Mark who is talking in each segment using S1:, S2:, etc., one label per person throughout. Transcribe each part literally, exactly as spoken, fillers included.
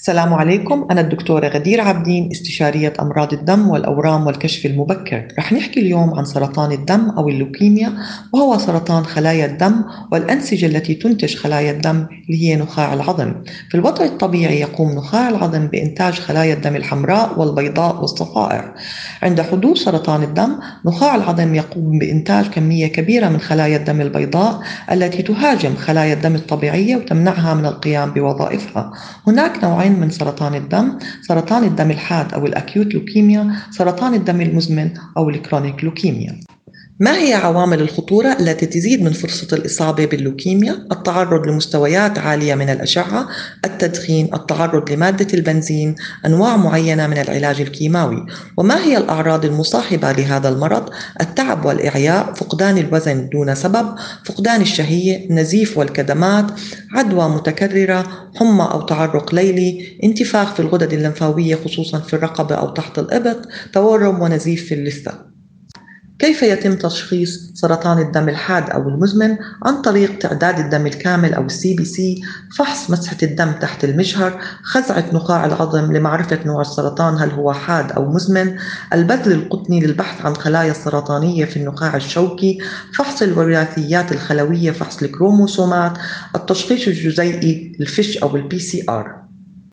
S1: السلام عليكم. أنا الدكتورة غدير عابدين، استشارية أمراض الدم والأورام والكشف المبكر. رح نحكي اليوم عن سرطان الدم أو اللوكيميا، وهو سرطان خلايا الدم والأنسجة التي تنتج خلايا الدم اللي هي نخاع العظم. في الوضع الطبيعي يقوم نخاع العظم بإنتاج خلايا الدم الحمراء والبيضاء والصفائح. عند حدوث سرطان الدم، نخاع العظم يقوم بإنتاج كمية كبيرة من خلايا الدم البيضاء التي تهاجم خلايا الدم الطبيعية وتمنعها من القيام بوظائفها. هناك نوعين من سرطان الدم: سرطان الدم الحاد أو الأكيوت لوكيميا، سرطان الدم المزمن أو الكرونيك لوكيميا. ما هي عوامل الخطورة التي تزيد من فرصة الإصابة باللوكيميا؟ التعرض لمستويات عالية من الأشعة، التدخين، التعرض لمادة البنزين، أنواع معينة من العلاج الكيماوي. وما هي الأعراض المصاحبة لهذا المرض؟ التعب والإعياء، فقدان الوزن دون سبب، فقدان الشهية، نزيف والكدمات، عدوى متكررة، حمى أو تعرق ليلي، انتفاخ في الغدد اللمفاوية خصوصا في الرقبة أو تحت الإبط، تورم ونزيف في اللثة. كيف يتم تشخيص سرطان الدم الحاد أو المزمن؟ عن طريق تعداد الدم الكامل أو السي بي سي، فحص مسحة الدم تحت المجهر، خزعة نخاع العظم لمعرفة نوع السرطان هل هو حاد أو مزمن، البذل القطني للبحث عن خلايا السرطانية في النخاع الشوكي، فحص الوراثيات الخلوية، فحص الكروموسومات، التشخيص الجزيئي الفيش أو البي سي آر.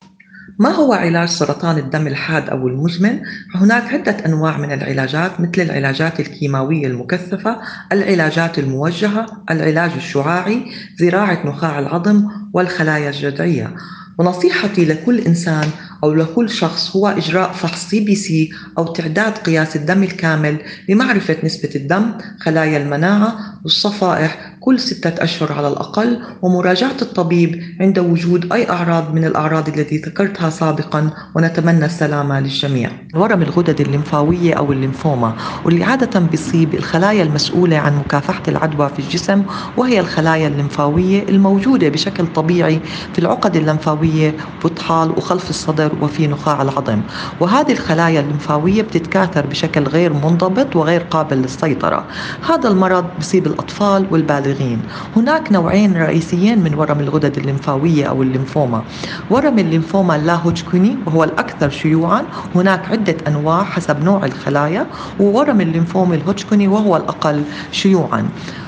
S1: ما هو علاج سرطان الدم الحاد أو المزمن؟ هناك عدة أنواع من العلاجات، مثل العلاجات الكيماوية المكثفة، العلاجات الموجهة، العلاج الشعاعي، زراعة نخاع العظم، والخلايا الجذعية. ونصيحتي لكل إنسان أو لكل شخص هو إجراء فحص سي بي سي أو تعداد قياس الدم الكامل لمعرفة نسبة الدم، خلايا المناعة والصفائح كل ستة أشهر على الأقل، ومراجعة الطبيب عند وجود أي أعراض من الأعراض التي ذكرتها سابقا. ونتمنى السلامة للجميع. ورم الغدد الليمفاوية أو الليمفوما، واللي عادة بيصيب الخلايا المسؤولة عن مكافحة العدوى في الجسم، وهي الخلايا الليمفاوية الموجودة بشكل طبيعي في العقد الليمفاوية بطحال وخلف الصدر وفي نخاع العظم. وهذه الخلايا الليمفاوية بتتكاثر بشكل غير منضبط وغير قابل للسيطرة. هذا المرض بيصيب الأطفال والبالغين. هناك نوعين رئيسيين من ورم الغدد الليمفاوية أو الليمفوما: ورم الليمفوما اللا هوجكني وهو الأكثر شيوعا، هناك عدة أنواع حسب نوع الخلايا، وورم الليمفوما الهوجكني وهو الأقل شيوعا.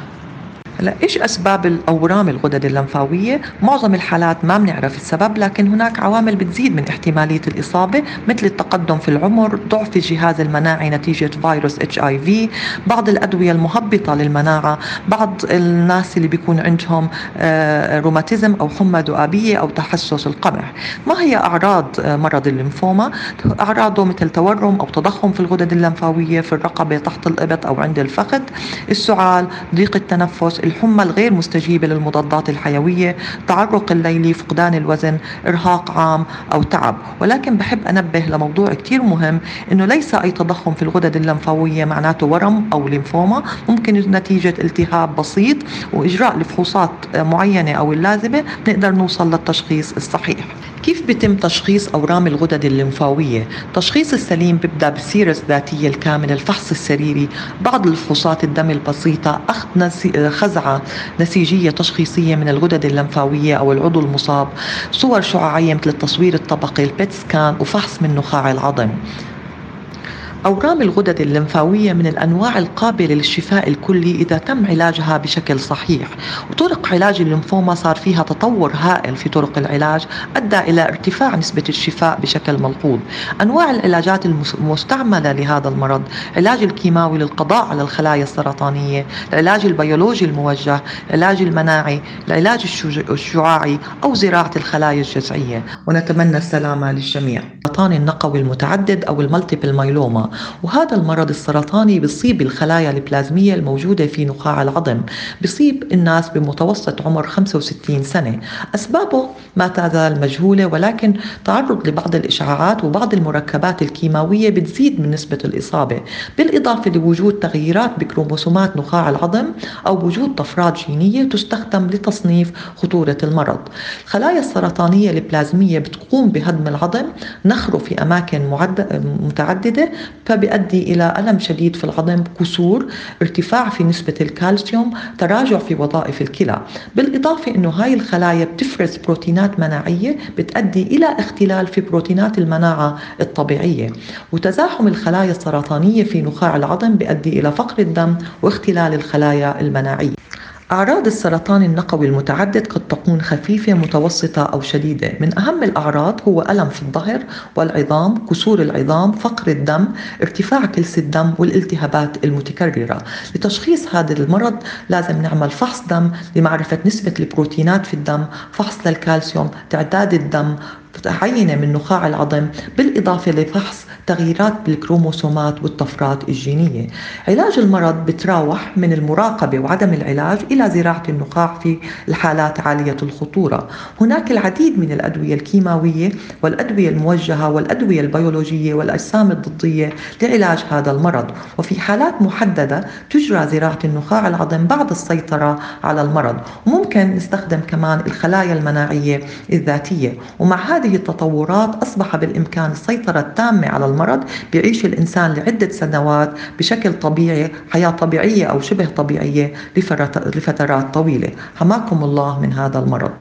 S1: هلا ايش اسباب الاورام الغدد اللمفاويه؟ معظم الحالات ما بنعرف السبب، لكن هناك عوامل بتزيد من احتماليه الاصابه، مثل التقدم في العمر، ضعف الجهاز المناعي نتيجه فيروس اتش اي في، بعض الادويه المهبطه للمناعه، بعض الناس اللي بيكون عندهم آه روماتيزم او حمى ذؤابيه او تحسس القمح. ما هي اعراض آه مرض الليمفوما؟ اعراضه مثل تورم او تضخم في الغدد اللمفاويه في الرقبه تحت الابط او عند الفخذ، السعال، ضيق التنفس، الحمى الغير مستجيبة للمضادات الحيوية، تعرق الليلي، فقدان الوزن، إرهاق عام أو تعب. ولكن بحب أنبه لموضوع كتير مهم، إنه ليس أي تضخم في الغدد اللمفاوية معناته ورم أو ليمفوما، ممكن نتيجة التهاب بسيط، وإجراء الفحوصات معينة أو اللازمة نقدر نوصل للتشخيص الصحيح. كيف بيتم تشخيص أورام الغدد الليمفاوية؟ التشخيص السليم بيبدأ بالسيرة الذاتية الكاملة، الفحص السريري، بعض الفحوصات الدم البسيطة، أخذ نسي... خزعة نسيجية تشخيصية من الغدد اللمفاوية أو العضو المصاب، صور شعاعية مثل التصوير الطبقي، البيت سكان، وفحص من نخاع العظم. أورام الغدد اللمفاوية من الأنواع القابلة للشفاء الكلي إذا تم علاجها بشكل صحيح، وطرق علاج الليمفوما صار فيها تطور هائل في طرق العلاج أدى إلى ارتفاع نسبة الشفاء بشكل ملحوظ. أنواع العلاجات المستعملة لهذا المرض: العلاج الكيماوي للقضاء على الخلايا السرطانية، العلاج البيولوجي الموجه، العلاج المناعي، العلاج الشعاعي، أو زراعة الخلايا الجذعية. ونتمنى السلامة للجميع. سرطان النقوي المتعدد أو المالتيبل مايلوما، وهذا المرض السرطاني بيصيب الخلايا البلازمية الموجودة في نخاع العظم، بيصيب الناس بمتوسط عمر خمسة وستين سنة. أسبابه ما تزال مجهولة، ولكن تعرض لبعض الإشعاعات وبعض المركبات الكيماوية بتزيد من نسبة الإصابة، بالإضافة لوجود تغييرات بكروموسومات نخاع العظم أو وجود طفرات جينية تستخدم لتصنيف خطورة المرض. الخلايا السرطانية البلازمية بتقوم بهدم العظم، نخ نخرق في أماكن متعددة، فبيؤدي إلى ألم شديد في العظم، كسور، ارتفاع في نسبة الكالسيوم، تراجع في وظائف الكلى. بالإضافة أنه هاي الخلايا بتفرز بروتينات مناعية بتؤدي إلى اختلال في بروتينات المناعة الطبيعية، وتزاحم الخلايا السرطانية في نخاع العظم بيؤدي إلى فقر الدم واختلال الخلايا المناعية. أعراض السرطان النقوي المتعدد قد تكون خفيفة، متوسطة أو شديدة. من أهم الأعراض هو ألم في الظهر والعظام، كسور العظام، فقر الدم، ارتفاع كلس الدم، والالتهابات المتكررة. لتشخيص هذا المرض لازم نعمل فحص دم لمعرفة نسبة البروتينات في الدم، فحص للكالسيوم، تعداد الدم، عينة من نخاع العظم، بالإضافة لفحص تغييرات بالكروموسومات والطفرات الجينية. علاج المرض بتراوح من المراقبة وعدم العلاج إلى زراعة النخاع في الحالات عالية الخطورة. هناك العديد من الأدوية الكيماوية والأدوية الموجهة والأدوية البيولوجية والأجسام الضدية لعلاج هذا المرض، وفي حالات محددة تجرى زراعة النخاع العظم بعد السيطرة على المرض. وممكن نستخدم كمان الخلايا المناعية الذاتية. ومع هذه التطورات أصبح بالإمكان السيطرة التامة على المرض. بيعيش الإنسان لعدة سنوات بشكل طبيعي، حياة طبيعية أو شبه طبيعية لفترات طويلة. حماكم الله من هذا المرض.